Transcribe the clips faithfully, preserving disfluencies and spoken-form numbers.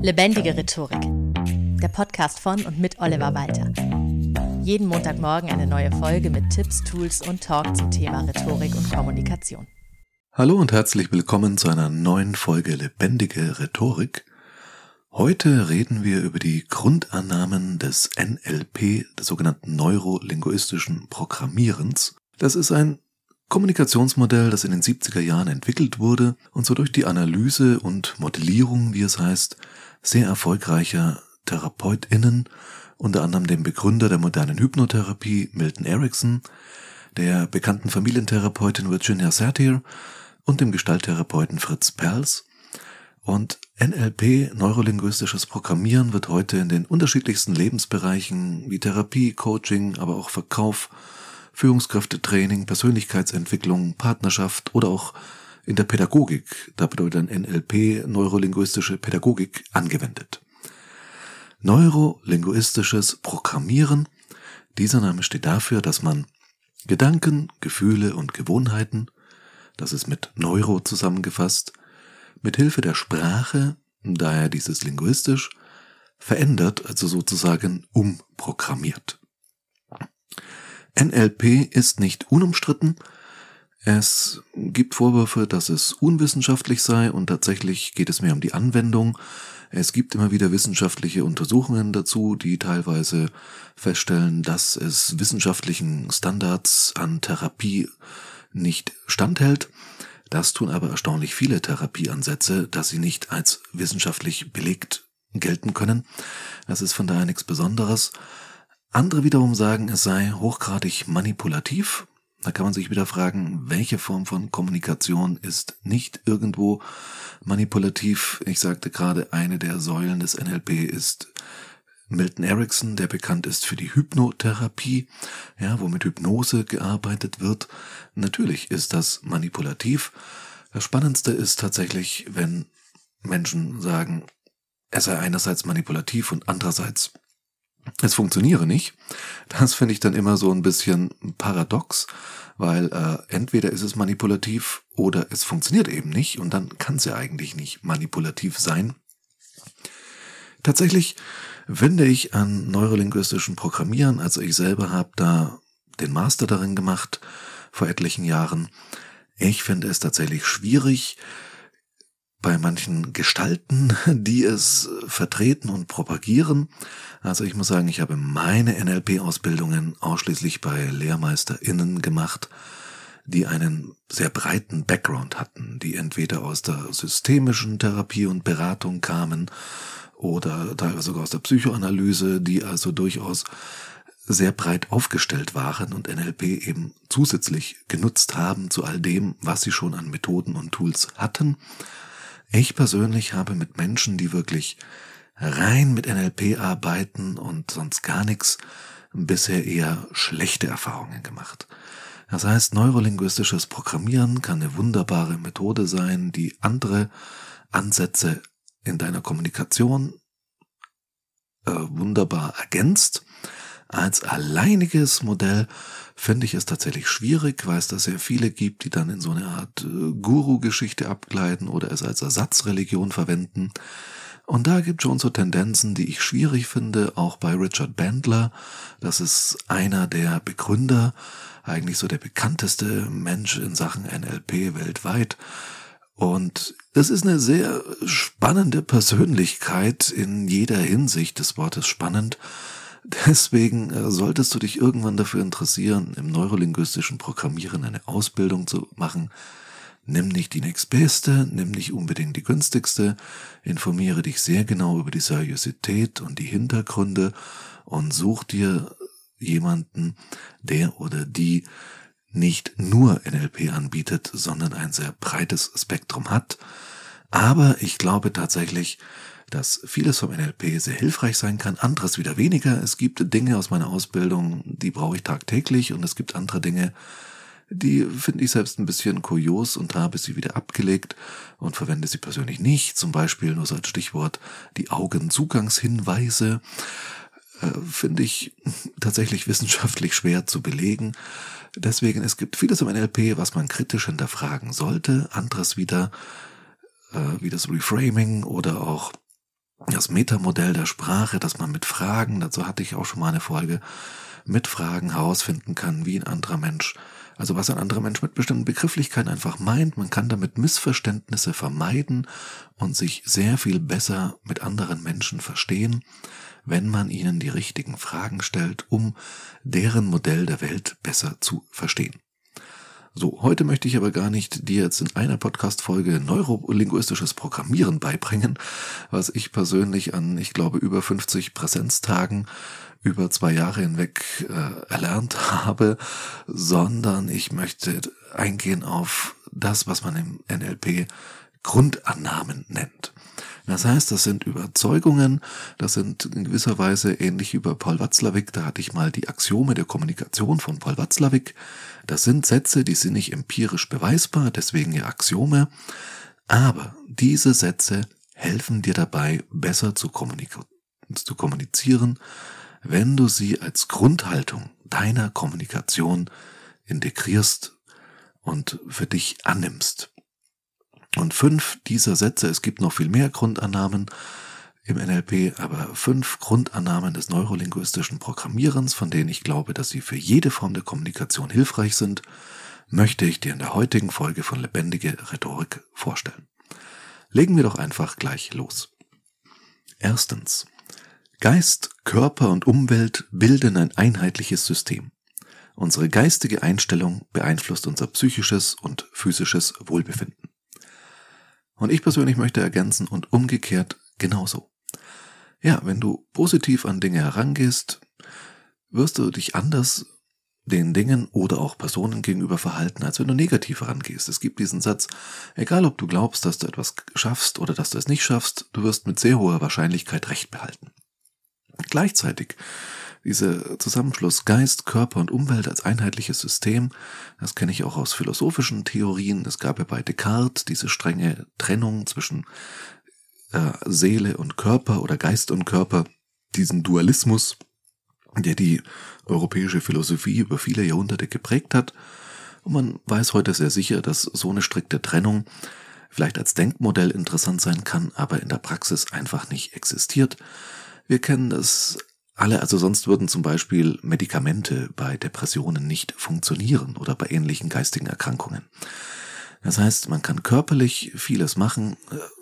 Lebendige Rhetorik. Der Podcast von und mit Oliver Walter. Jeden Montagmorgen eine neue Folge mit Tipps, Tools und Talk zum Thema Rhetorik und Kommunikation. Hallo und herzlich willkommen zu einer neuen Folge Lebendige Rhetorik. Heute reden wir über die Grundannahmen des N L P, des sogenannten neurolinguistischen Programmierens. Das ist ein Kommunikationsmodell, das in den siebziger Jahren entwickelt wurde und so durch die Analyse und Modellierung, wie es heißt, sehr erfolgreicher TherapeutInnen, unter anderem dem Begründer der modernen Hypnotherapie Milton Erickson, der bekannten Familientherapeutin Virginia Satir und dem Gestalttherapeuten Fritz Perls. Und N L P, neurolinguistisches Programmieren, wird heute in den unterschiedlichsten Lebensbereichen wie Therapie, Coaching, aber auch Verkauf, Führungskräftetraining, Persönlichkeitsentwicklung, Partnerschaft oder auch in der Pädagogik, da bedeutet N L P neurolinguistische Pädagogik, angewendet. Neurolinguistisches Programmieren, dieser Name steht dafür, dass man Gedanken, Gefühle und Gewohnheiten, das ist mit Neuro zusammengefasst, mit Hilfe der Sprache, daher dieses linguistisch, verändert, also sozusagen umprogrammiert. N L P ist nicht unumstritten. Es gibt Vorwürfe, dass es unwissenschaftlich sei und tatsächlich geht es mehr um die Anwendung. Es gibt immer wieder wissenschaftliche Untersuchungen dazu, die teilweise feststellen, dass es wissenschaftlichen Standards an Therapie nicht standhält. Das tun aber erstaunlich viele Therapieansätze, dass sie nicht als wissenschaftlich belegt gelten können. Das ist von daher nichts Besonderes. Andere wiederum sagen, es sei hochgradig manipulativ. Da kann man sich wieder fragen, welche Form von Kommunikation ist nicht irgendwo manipulativ. Ich sagte gerade, eine der Säulen des N L P ist Milton Erickson, der bekannt ist für die Hypnotherapie, ja, wo mit Hypnose gearbeitet wird. Natürlich ist das manipulativ. Das Spannendste ist tatsächlich, wenn Menschen sagen, es sei einerseits manipulativ und andererseits es funktioniere nicht. Das finde ich dann immer so ein bisschen paradox, weil äh, entweder ist es manipulativ oder es funktioniert eben nicht und dann kann es ja eigentlich nicht manipulativ sein. Tatsächlich finde ich an neurolinguistischen Programmieren, also ich selber habe da den Master darin gemacht vor etlichen Jahren, ich finde es tatsächlich schwierig, bei manchen Gestalten, die es vertreten und propagieren. Also ich muss sagen, ich habe meine N L P-Ausbildungen ausschließlich bei LehrmeisterInnen gemacht, die einen sehr breiten Background hatten, die entweder aus der systemischen Therapie und Beratung kamen oder teilweise sogar aus der Psychoanalyse, die also durchaus sehr breit aufgestellt waren und N L P eben zusätzlich genutzt haben zu all dem, was sie schon an Methoden und Tools hatten. Ich persönlich habe mit Menschen, die wirklich rein mit N L P arbeiten und sonst gar nichts, bisher eher schlechte Erfahrungen gemacht. Das heißt, neurolinguistisches Programmieren kann eine wunderbare Methode sein, die andere Ansätze in deiner Kommunikation äh, wunderbar ergänzt. Als alleiniges Modell finde ich es tatsächlich schwierig, weil es da sehr viele gibt, die dann in so eine Art äh, Guru-Geschichte abgleiten oder es als Ersatzreligion verwenden. Und da gibt es schon so Tendenzen, die ich schwierig finde, auch bei Richard Bandler. Das ist einer der Begründer, eigentlich so der bekannteste Mensch in Sachen N L P weltweit. Und das ist eine sehr spannende Persönlichkeit in jeder Hinsicht des Wortes spannend. Deswegen äh, solltest du dich irgendwann dafür interessieren, im neurolinguistischen Programmieren eine Ausbildung zu machen. Nimm nicht die nächstbeste, nimm nicht unbedingt die günstigste, informiere dich sehr genau über die Seriosität und die Hintergründe und such dir jemanden, der oder die nicht nur N L P anbietet, sondern ein sehr breites Spektrum hat. Aber ich glaube tatsächlich, dass vieles vom N L P sehr hilfreich sein kann, anderes wieder weniger. Es gibt Dinge aus meiner Ausbildung, die brauche ich tagtäglich und es gibt andere Dinge, die finde ich selbst ein bisschen kurios und habe sie wieder abgelegt und verwende sie persönlich nicht. Zum Beispiel nur so als Stichwort die Augenzugangshinweise. Äh, finde ich tatsächlich wissenschaftlich schwer zu belegen. Deswegen, es gibt vieles im N L P, was man kritisch hinterfragen sollte, anderes wieder äh, wie das Reframing oder auch das Metamodell der Sprache, dass man mit Fragen, dazu hatte ich auch schon mal eine Folge, mit Fragen herausfinden kann, wie ein anderer Mensch, also was ein anderer Mensch mit bestimmten Begrifflichkeiten einfach meint. Man kann damit Missverständnisse vermeiden und sich sehr viel besser mit anderen Menschen verstehen, wenn man ihnen die richtigen Fragen stellt, um deren Modell der Welt besser zu verstehen. So, heute möchte ich aber gar nicht dir jetzt in einer Podcast-Folge neurolinguistisches Programmieren beibringen, was ich persönlich an, ich glaube, über fünfzig Präsenztagen über zwei Jahre hinweg äh, erlernt habe, sondern ich möchte eingehen auf das, was man im N L P Grundannahmen nennt. Das heißt, das sind Überzeugungen, das sind in gewisser Weise ähnlich wie bei Paul Watzlawick, da hatte ich mal die Axiome der Kommunikation von Paul Watzlawick. Das sind Sätze, die sind nicht empirisch beweisbar, deswegen ja Axiome, aber diese Sätze helfen dir dabei, besser zu, kommunik- zu kommunizieren, wenn du sie als Grundhaltung deiner Kommunikation integrierst und für dich annimmst. Und fünf dieser Sätze, es gibt noch viel mehr Grundannahmen im N L P, aber fünf Grundannahmen des neurolinguistischen Programmierens, von denen ich glaube, dass sie für jede Form der Kommunikation hilfreich sind, möchte ich dir in der heutigen Folge von Lebendige Rhetorik vorstellen. Legen wir doch einfach gleich los. Erstens. Geist, Körper und Umwelt bilden ein einheitliches System. Unsere geistige Einstellung beeinflusst unser psychisches und physisches Wohlbefinden. Und ich persönlich möchte ergänzen und umgekehrt genauso. Ja, wenn du positiv an Dinge herangehst, wirst du dich anders den Dingen oder auch Personen gegenüber verhalten, als wenn du negativ herangehst. Es gibt diesen Satz, egal ob du glaubst, dass du etwas schaffst oder dass du es nicht schaffst, du wirst mit sehr hoher Wahrscheinlichkeit Recht behalten. Gleichzeitig dieser Zusammenschluss Geist, Körper und Umwelt als einheitliches System, das kenne ich auch aus philosophischen Theorien. Es gab ja bei Descartes diese strenge Trennung zwischen äh, Seele und Körper oder Geist und Körper, diesen Dualismus, der die europäische Philosophie über viele Jahrhunderte geprägt hat. Und man weiß heute sehr sicher, dass so eine strikte Trennung vielleicht als Denkmodell interessant sein kann, aber in der Praxis einfach nicht existiert. Wir kennen das alle, also sonst würden zum Beispiel Medikamente bei Depressionen nicht funktionieren oder bei ähnlichen geistigen Erkrankungen. Das heißt, man kann körperlich vieles machen.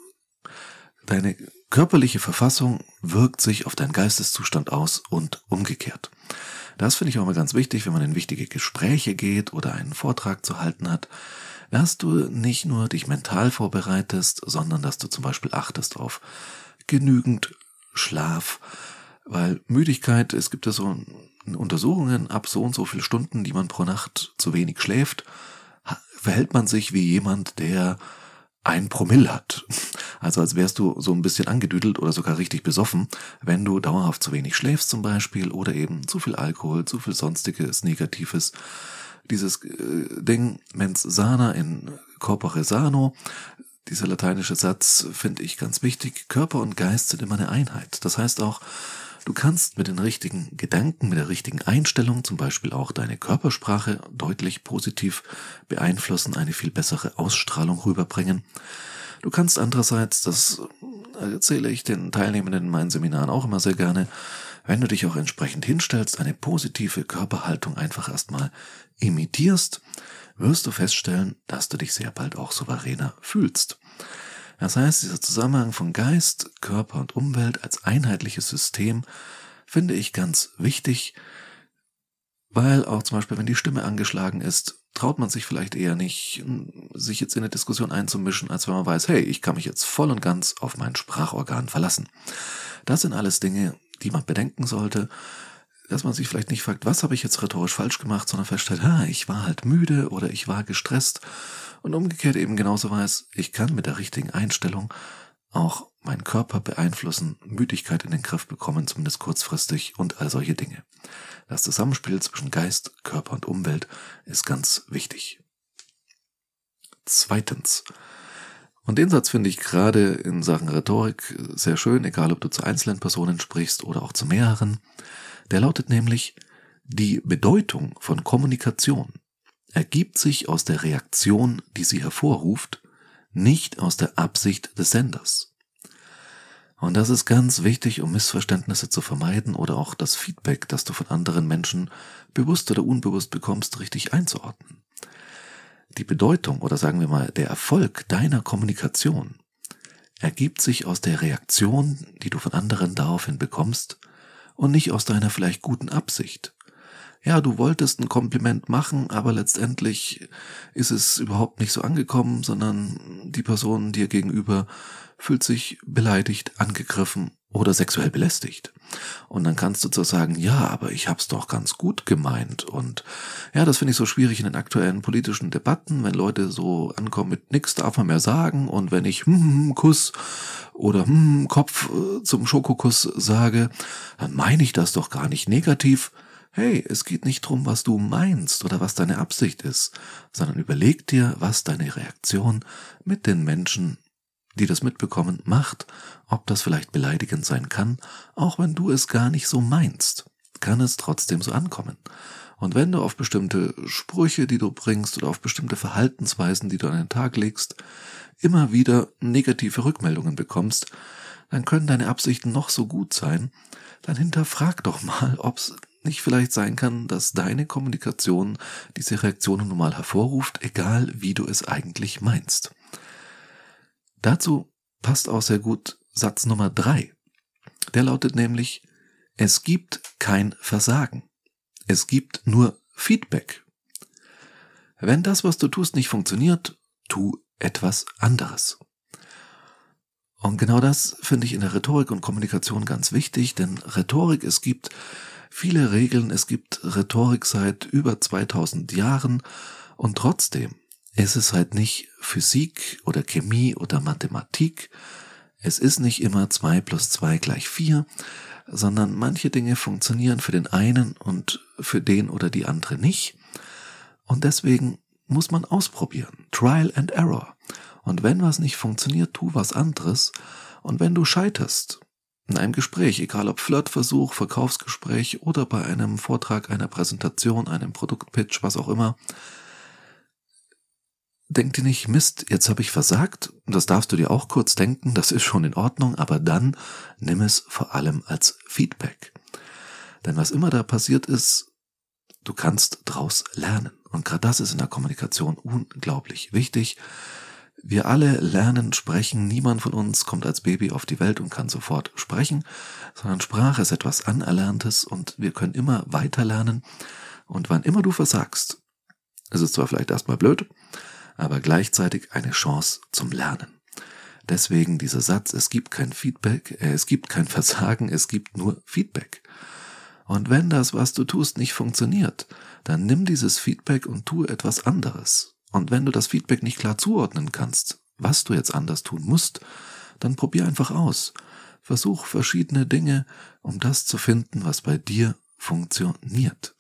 Deine körperliche Verfassung wirkt sich auf deinen Geisteszustand aus und umgekehrt. Das finde ich auch mal ganz wichtig, wenn man in wichtige Gespräche geht oder einen Vortrag zu halten hat, dass du nicht nur dich mental vorbereitest, sondern dass du zum Beispiel achtest auf genügend Schlaf, weil Müdigkeit, es gibt ja so Untersuchungen, ab so und so viele Stunden, die man pro Nacht zu wenig schläft, verhält man sich wie jemand, der ein Promille hat. Also als wärst du so ein bisschen angedüdelt oder sogar richtig besoffen, wenn du dauerhaft zu wenig schläfst zum Beispiel oder eben zu viel Alkohol, zu viel sonstiges Negatives. Dieses äh, Ding, mens sana in corpore sano, dieser lateinische Satz finde ich ganz wichtig. Körper und Geist sind immer eine Einheit. Das heißt auch, du kannst mit den richtigen Gedanken, mit der richtigen Einstellung zum Beispiel auch deine Körpersprache deutlich positiv beeinflussen, eine viel bessere Ausstrahlung rüberbringen. Du kannst andererseits, das erzähle ich den Teilnehmenden in meinen Seminaren auch immer sehr gerne, wenn du dich auch entsprechend hinstellst, eine positive Körperhaltung einfach erstmal imitierst, wirst du feststellen, dass du dich sehr bald auch souveräner fühlst. Das heißt, dieser Zusammenhang von Geist, Körper und Umwelt als einheitliches System finde ich ganz wichtig, weil auch zum Beispiel, wenn die Stimme angeschlagen ist, traut man sich vielleicht eher nicht, sich jetzt in eine Diskussion einzumischen, als wenn man weiß, hey, ich kann mich jetzt voll und ganz auf mein Sprachorgan verlassen. Das sind alles Dinge, die man bedenken sollte, dass man sich vielleicht nicht fragt, was habe ich jetzt rhetorisch falsch gemacht, sondern feststellt, ha, ich war halt müde oder ich war gestresst und umgekehrt eben genauso weiß, ich kann mit der richtigen Einstellung auch meinen Körper beeinflussen, Müdigkeit in den Griff bekommen, zumindest kurzfristig und all solche Dinge. Das Zusammenspiel zwischen Geist, Körper und Umwelt ist ganz wichtig. Zweitens. Und den Satz finde ich gerade in Sachen Rhetorik sehr schön, egal ob du zu einzelnen Personen sprichst oder auch zu mehreren. Der lautet nämlich, die Bedeutung von Kommunikation ergibt sich aus der Reaktion, die sie hervorruft, nicht aus der Absicht des Senders. Und das ist ganz wichtig, um Missverständnisse zu vermeiden oder auch das Feedback, das du von anderen Menschen bewusst oder unbewusst bekommst, richtig einzuordnen. Die Bedeutung oder sagen wir mal der Erfolg deiner Kommunikation ergibt sich aus der Reaktion, die du von anderen daraufhin bekommst und nicht aus deiner vielleicht guten Absicht. Ja, du wolltest ein Kompliment machen, aber letztendlich ist es überhaupt nicht so angekommen, sondern die Person dir gegenüber fühlt sich beleidigt, angegriffen oder sexuell belästigt. Und dann kannst du zwar sagen, ja, aber ich hab's doch ganz gut gemeint. Und ja, das finde ich so schwierig in den aktuellen politischen Debatten, wenn Leute so ankommen mit nix darf man mehr sagen und wenn ich hm, hm, Kuss oder hm, Kopf äh, zum Schokokuss sage, dann meine ich das doch gar nicht negativ. Hey, es geht nicht drum, was du meinst oder was deine Absicht ist, sondern überleg dir, was deine Reaktion mit den Menschen, die das mitbekommen, macht, ob das vielleicht beleidigend sein kann, auch wenn du es gar nicht so meinst, kann es trotzdem so ankommen. Und wenn du auf bestimmte Sprüche, die du bringst oder auf bestimmte Verhaltensweisen, die du an den Tag legst, immer wieder negative Rückmeldungen bekommst, dann können deine Absichten noch so gut sein, dann hinterfrag doch mal, ob es nicht vielleicht sein kann, dass deine Kommunikation diese Reaktionen nun mal hervorruft, egal wie du es eigentlich meinst. Dazu passt auch sehr gut Satz Nummer drei. Der lautet nämlich, es gibt kein Versagen. Es gibt nur Feedback. Wenn das, was du tust, nicht funktioniert, tu etwas anderes. Und genau das finde ich in der Rhetorik und Kommunikation ganz wichtig, denn Rhetorik, es gibt viele Regeln, es gibt Rhetorik seit über zweitausend Jahren und trotzdem ist es halt nicht Physik oder Chemie oder Mathematik. Es ist nicht immer zwei plus zwei gleich vier, sondern manche Dinge funktionieren für den einen und für den oder die andere nicht. Und deswegen muss man ausprobieren. Trial and Error. Und wenn was nicht funktioniert, tu was anderes. Und wenn du scheiterst, in einem Gespräch, egal ob Flirtversuch, Verkaufsgespräch oder bei einem Vortrag, einer Präsentation, einem Produktpitch, was auch immer, denk dir nicht, Mist, jetzt habe ich versagt. Das darfst du dir auch kurz denken, das ist schon in Ordnung, aber dann nimm es vor allem als Feedback. Denn was immer da passiert ist, du kannst draus lernen. Und gerade das ist in der Kommunikation unglaublich wichtig. Wir alle lernen sprechen, niemand von uns kommt als Baby auf die Welt und kann sofort sprechen, sondern Sprache ist etwas Anerlerntes und wir können immer weiter lernen. Und wann immer du versagst, ist es zwar vielleicht erstmal blöd, aber gleichzeitig eine Chance zum Lernen. Deswegen dieser Satz, es gibt kein Feedback, äh, es gibt kein Versagen, es gibt nur Feedback. Und wenn das, was du tust, nicht funktioniert, dann nimm dieses Feedback und tue etwas anderes. Und wenn du das Feedback nicht klar zuordnen kannst, was du jetzt anders tun musst, dann probier einfach aus. Versuch verschiedene Dinge, um das zu finden, was bei dir funktioniert.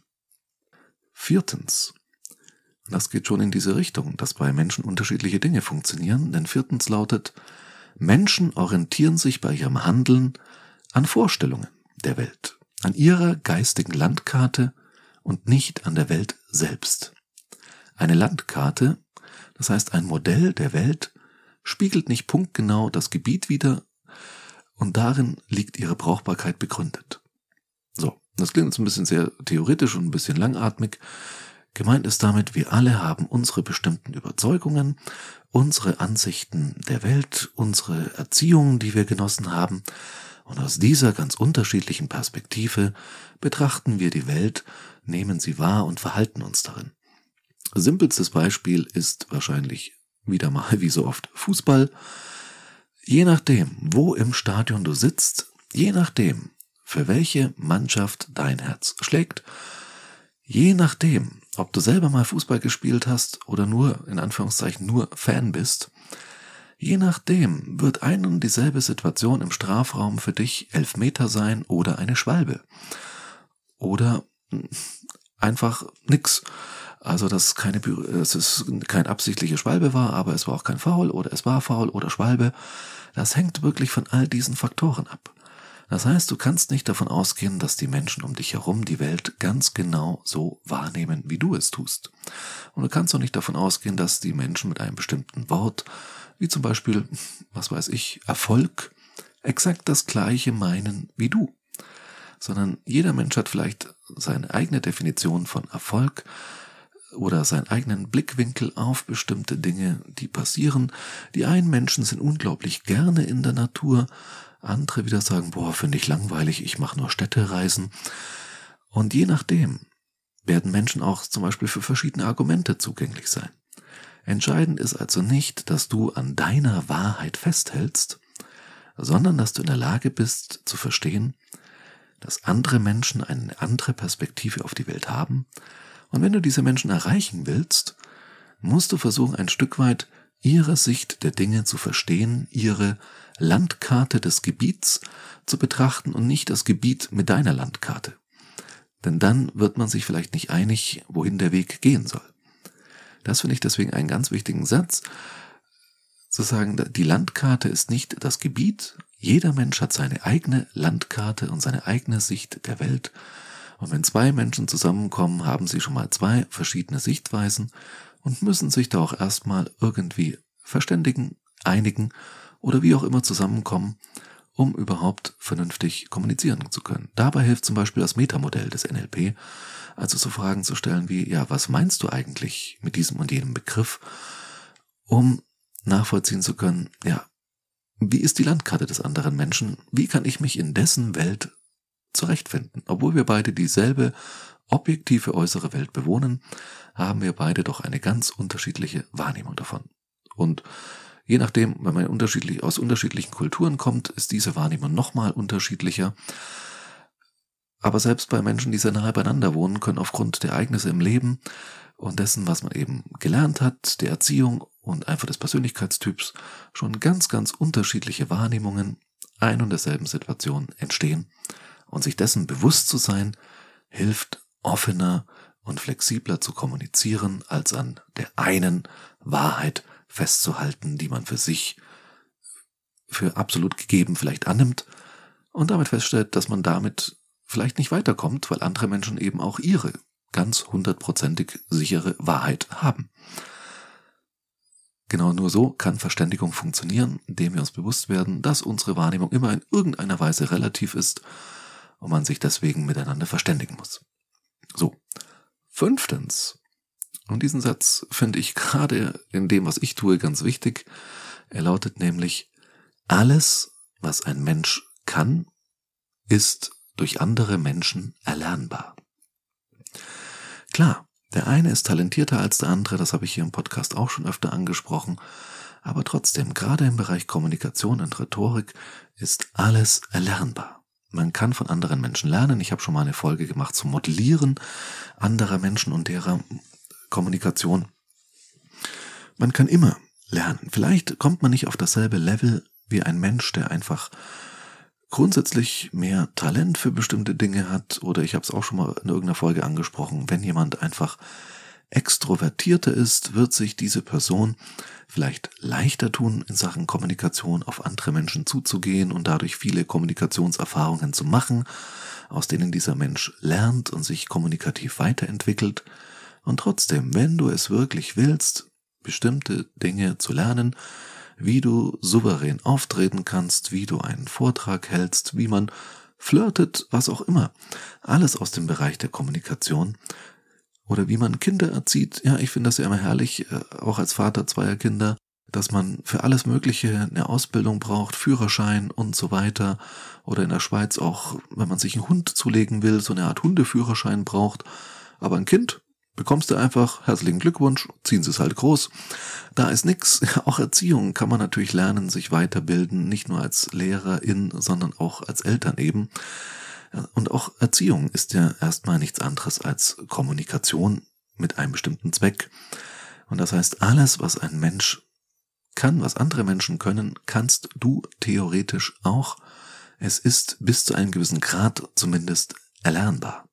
Viertens. Das geht schon in diese Richtung, dass bei Menschen unterschiedliche Dinge funktionieren, denn viertens lautet, Menschen orientieren sich bei ihrem Handeln an Vorstellungen der Welt, an ihrer geistigen Landkarte und nicht an der Welt selbst. Eine Landkarte, das heißt ein Modell der Welt, spiegelt nicht punktgenau das Gebiet wider und darin liegt ihre Brauchbarkeit begründet. So, das klingt jetzt ein bisschen sehr theoretisch und ein bisschen langatmig. Gemeint ist damit, wir alle haben unsere bestimmten Überzeugungen, unsere Ansichten der Welt, unsere Erziehung, die wir genossen haben. Und aus dieser ganz unterschiedlichen Perspektive betrachten wir die Welt, nehmen sie wahr und verhalten uns darin. Simpelstes Beispiel ist wahrscheinlich wieder mal wie so oft Fußball. Je nachdem, wo im Stadion du sitzt, je nachdem, für welche Mannschaft dein Herz schlägt, je nachdem, ob du selber mal Fußball gespielt hast oder nur, in Anführungszeichen, nur Fan bist, je nachdem wird ein und dieselbe Situation im Strafraum für dich Elfmeter sein oder eine Schwalbe. Oder einfach nix. Also, dass es keine, dass es kein absichtliche Schwalbe war, aber es war auch kein Foul oder es war Foul oder Schwalbe. Das hängt wirklich von all diesen Faktoren ab. Das heißt, du kannst nicht davon ausgehen, dass die Menschen um dich herum die Welt ganz genau so wahrnehmen, wie du es tust. Und du kannst auch nicht davon ausgehen, dass die Menschen mit einem bestimmten Wort, wie zum Beispiel, was weiß ich, Erfolg, exakt das Gleiche meinen wie du, sondern jeder Mensch hat vielleicht seine eigene Definition von Erfolg oder seinen eigenen Blickwinkel auf bestimmte Dinge, die passieren. Die einen Menschen sind unglaublich gerne in der Natur, andere wieder sagen, boah, finde ich langweilig, ich mache nur Städtereisen. Und je nachdem werden Menschen auch zum Beispiel für verschiedene Argumente zugänglich sein. Entscheidend ist also nicht, dass du an deiner Wahrheit festhältst, sondern dass du in der Lage bist zu verstehen, dass andere Menschen eine andere Perspektive auf die Welt haben. Und wenn du diese Menschen erreichen willst, musst du versuchen, ein Stück weit ihre Sicht der Dinge zu verstehen, ihre Landkarte des Gebiets zu betrachten und nicht das Gebiet mit deiner Landkarte. Denn dann wird man sich vielleicht nicht einig, wohin der Weg gehen soll. Das finde ich deswegen einen ganz wichtigen Satz, zu sagen, die Landkarte ist nicht das Gebiet. Jeder Mensch hat seine eigene Landkarte und seine eigene Sicht der Welt. Und wenn zwei Menschen zusammenkommen, haben sie schon mal zwei verschiedene Sichtweisen und müssen sich da auch erstmal irgendwie verständigen, einigen oder wie auch immer zusammenkommen, um überhaupt vernünftig kommunizieren zu können. Dabei hilft zum Beispiel das Metamodell des N L P, also so Fragen zu stellen wie, ja, was meinst du eigentlich mit diesem und jenem Begriff, um nachvollziehen zu können, ja, wie ist die Landkarte des anderen Menschen, wie kann ich mich in dessen Welt zurechtfinden. Obwohl wir beide dieselbe objektive äußere Welt bewohnen, haben wir beide doch eine ganz unterschiedliche Wahrnehmung davon. Und je nachdem, wenn man unterschiedlich, aus unterschiedlichen Kulturen kommt, ist diese Wahrnehmung nochmal unterschiedlicher. Aber selbst bei Menschen, die sehr nahe beieinander wohnen, können aufgrund der Ereignisse im Leben und dessen, was man eben gelernt hat, der Erziehung und einfach des Persönlichkeitstyps, schon ganz, ganz unterschiedliche Wahrnehmungen ein und derselben Situation entstehen. Und sich dessen bewusst zu sein, hilft offener und flexibler zu kommunizieren, als an der einen Wahrheit festzuhalten, die man für sich für absolut gegeben vielleicht annimmt und damit feststellt, dass man damit vielleicht nicht weiterkommt, weil andere Menschen eben auch ihre ganz hundertprozentig sichere Wahrheit haben. Genau nur so kann Verständigung funktionieren, indem wir uns bewusst werden, dass unsere Wahrnehmung immer in irgendeiner Weise relativ ist und man sich deswegen miteinander verständigen muss. So, fünftens, und diesen Satz finde ich gerade in dem, was ich tue, ganz wichtig. Er lautet nämlich, alles, was ein Mensch kann, ist durch andere Menschen erlernbar. Klar, der eine ist talentierter als der andere, das habe ich hier im Podcast auch schon öfter angesprochen, aber trotzdem, gerade im Bereich Kommunikation und Rhetorik ist alles erlernbar. Man kann von anderen Menschen lernen. Ich habe schon mal eine Folge gemacht zum Modellieren anderer Menschen und derer Kommunikation. Man kann immer lernen. Vielleicht kommt man nicht auf dasselbe Level wie ein Mensch, der einfach grundsätzlich mehr Talent für bestimmte Dinge hat. Oder ich habe es auch schon mal in irgendeiner Folge angesprochen, wenn jemand einfach extrovertierter ist, wird sich diese Person vielleicht leichter tun, in Sachen Kommunikation auf andere Menschen zuzugehen und dadurch viele Kommunikationserfahrungen zu machen, aus denen dieser Mensch lernt und sich kommunikativ weiterentwickelt. Und trotzdem, wenn du es wirklich willst, bestimmte Dinge zu lernen, wie du souverän auftreten kannst, wie du einen Vortrag hältst, wie man flirtet, was auch immer, alles aus dem Bereich der Kommunikation, oder wie man Kinder erzieht. Ja, ich finde das ja immer herrlich, auch als Vater zweier Kinder, dass man für alles Mögliche eine Ausbildung braucht, Führerschein und so weiter. Oder in der Schweiz auch, wenn man sich einen Hund zulegen will, so eine Art Hundeführerschein braucht. Aber ein Kind bekommst du einfach, herzlichen Glückwunsch, ziehen sie es halt groß. Da ist nix. Auch Erziehung kann man natürlich lernen, sich weiterbilden, nicht nur als Lehrerin, sondern auch als Eltern eben. Und auch Erziehung ist ja erstmal nichts anderes als Kommunikation mit einem bestimmten Zweck. Und das heißt, alles, was ein Mensch kann, was andere Menschen können, kannst du theoretisch auch. Es ist bis zu einem gewissen Grad zumindest erlernbar.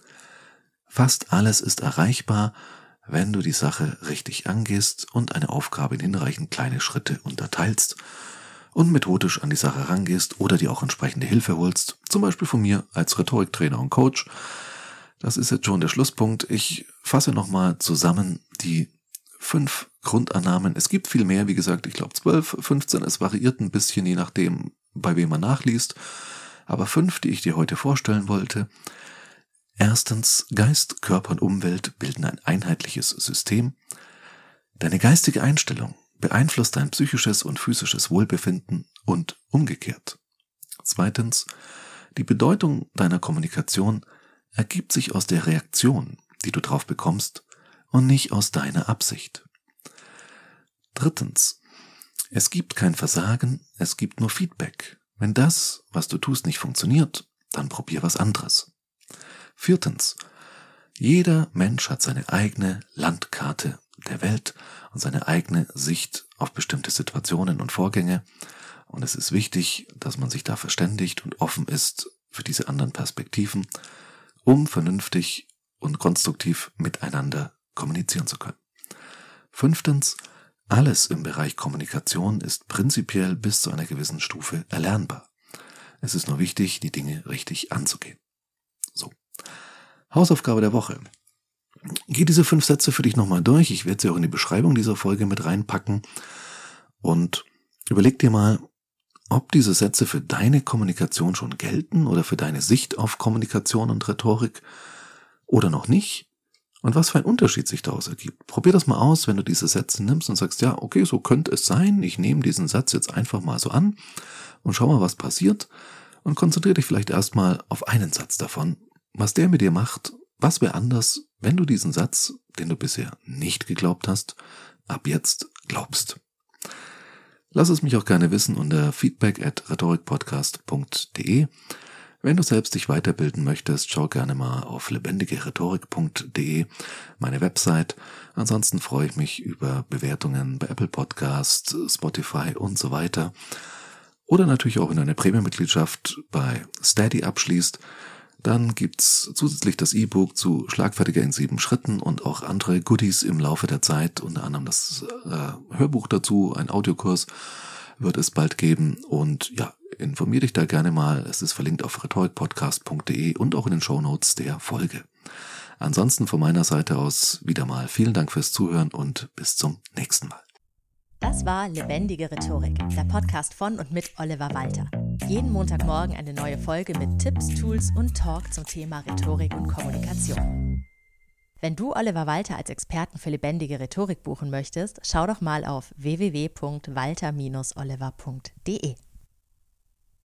Fast alles ist erreichbar, wenn du die Sache richtig angehst und eine Aufgabe in hinreichend kleine Schritte unterteilst und methodisch an die Sache rangehst oder dir auch entsprechende Hilfe holst, zum Beispiel von mir als Rhetoriktrainer und Coach. Das ist jetzt schon der Schlusspunkt. Ich fasse nochmal zusammen die fünf Grundannahmen. Es gibt viel mehr, wie gesagt, ich glaube zwölf, fünfzehn, es variiert ein bisschen, je nachdem, bei wem man nachliest. Aber fünf, die ich dir heute vorstellen wollte. Erstens, Geist, Körper und Umwelt bilden ein einheitliches System. Deine geistige Einstellung beeinflusst dein psychisches und physisches Wohlbefinden und umgekehrt. Zweitens, die Bedeutung deiner Kommunikation ergibt sich aus der Reaktion, die du drauf bekommst, und nicht aus deiner Absicht. Drittens, es gibt kein Versagen, es gibt nur Feedback. Wenn das, was du tust, nicht funktioniert, dann probier was anderes. Viertens, jeder Mensch hat seine eigene Landkarte der Welt und seine eigene Sicht auf bestimmte Situationen und Vorgänge. Und es ist wichtig, dass man sich da verständigt und offen ist für diese anderen Perspektiven, um vernünftig und konstruktiv miteinander kommunizieren zu können. Fünftens, alles im Bereich Kommunikation ist prinzipiell bis zu einer gewissen Stufe erlernbar. Es ist nur wichtig, die Dinge richtig anzugehen. So. Hausaufgabe der Woche. Geh diese fünf Sätze für dich nochmal durch. Ich werde sie auch in die Beschreibung dieser Folge mit reinpacken. Und überleg dir mal, ob diese Sätze für deine Kommunikation schon gelten oder für deine Sicht auf Kommunikation und Rhetorik oder noch nicht. Und was für ein Unterschied sich daraus ergibt. Probier das mal aus, wenn du diese Sätze nimmst und sagst, ja, okay, so könnte es sein. Ich nehme diesen Satz jetzt einfach mal so an und schau mal, was passiert. Und konzentriere dich vielleicht erstmal auf einen Satz davon. Was der mit dir macht, was wäre anders, wenn du diesen Satz, den du bisher nicht geglaubt hast, ab jetzt glaubst. Lass es mich auch gerne wissen unter feedback at rhetorikpodcast punkt de. Wenn du selbst dich weiterbilden möchtest, schau gerne mal auf lebendige rhetorik punkt de, meine Website. Ansonsten freue ich mich über Bewertungen bei Apple Podcast, Spotify und so weiter. Oder natürlich auch, wenn du eine Premium-Mitgliedschaft bei Steady abschließt. Dann gibt's zusätzlich das E-Book zu Schlagfertiger in sieben Schritten und auch andere Goodies im Laufe der Zeit, unter anderem das äh, Hörbuch dazu, ein Audiokurs wird es bald geben. Und ja, informier dich da gerne mal. Es ist verlinkt auf rhetorikpodcast punkt de und auch in den Shownotes der Folge. Ansonsten von meiner Seite aus wieder mal vielen Dank fürs Zuhören und bis zum nächsten Mal. Das war Lebendige Rhetorik, der Podcast von und mit Oliver Walter. Jeden Montagmorgen eine neue Folge mit Tipps, Tools und Talk zum Thema Rhetorik und Kommunikation. Wenn du Oliver Walter als Experten für lebendige Rhetorik buchen möchtest, schau doch mal auf w w w punkt walter Bindestrich oliver punkt de.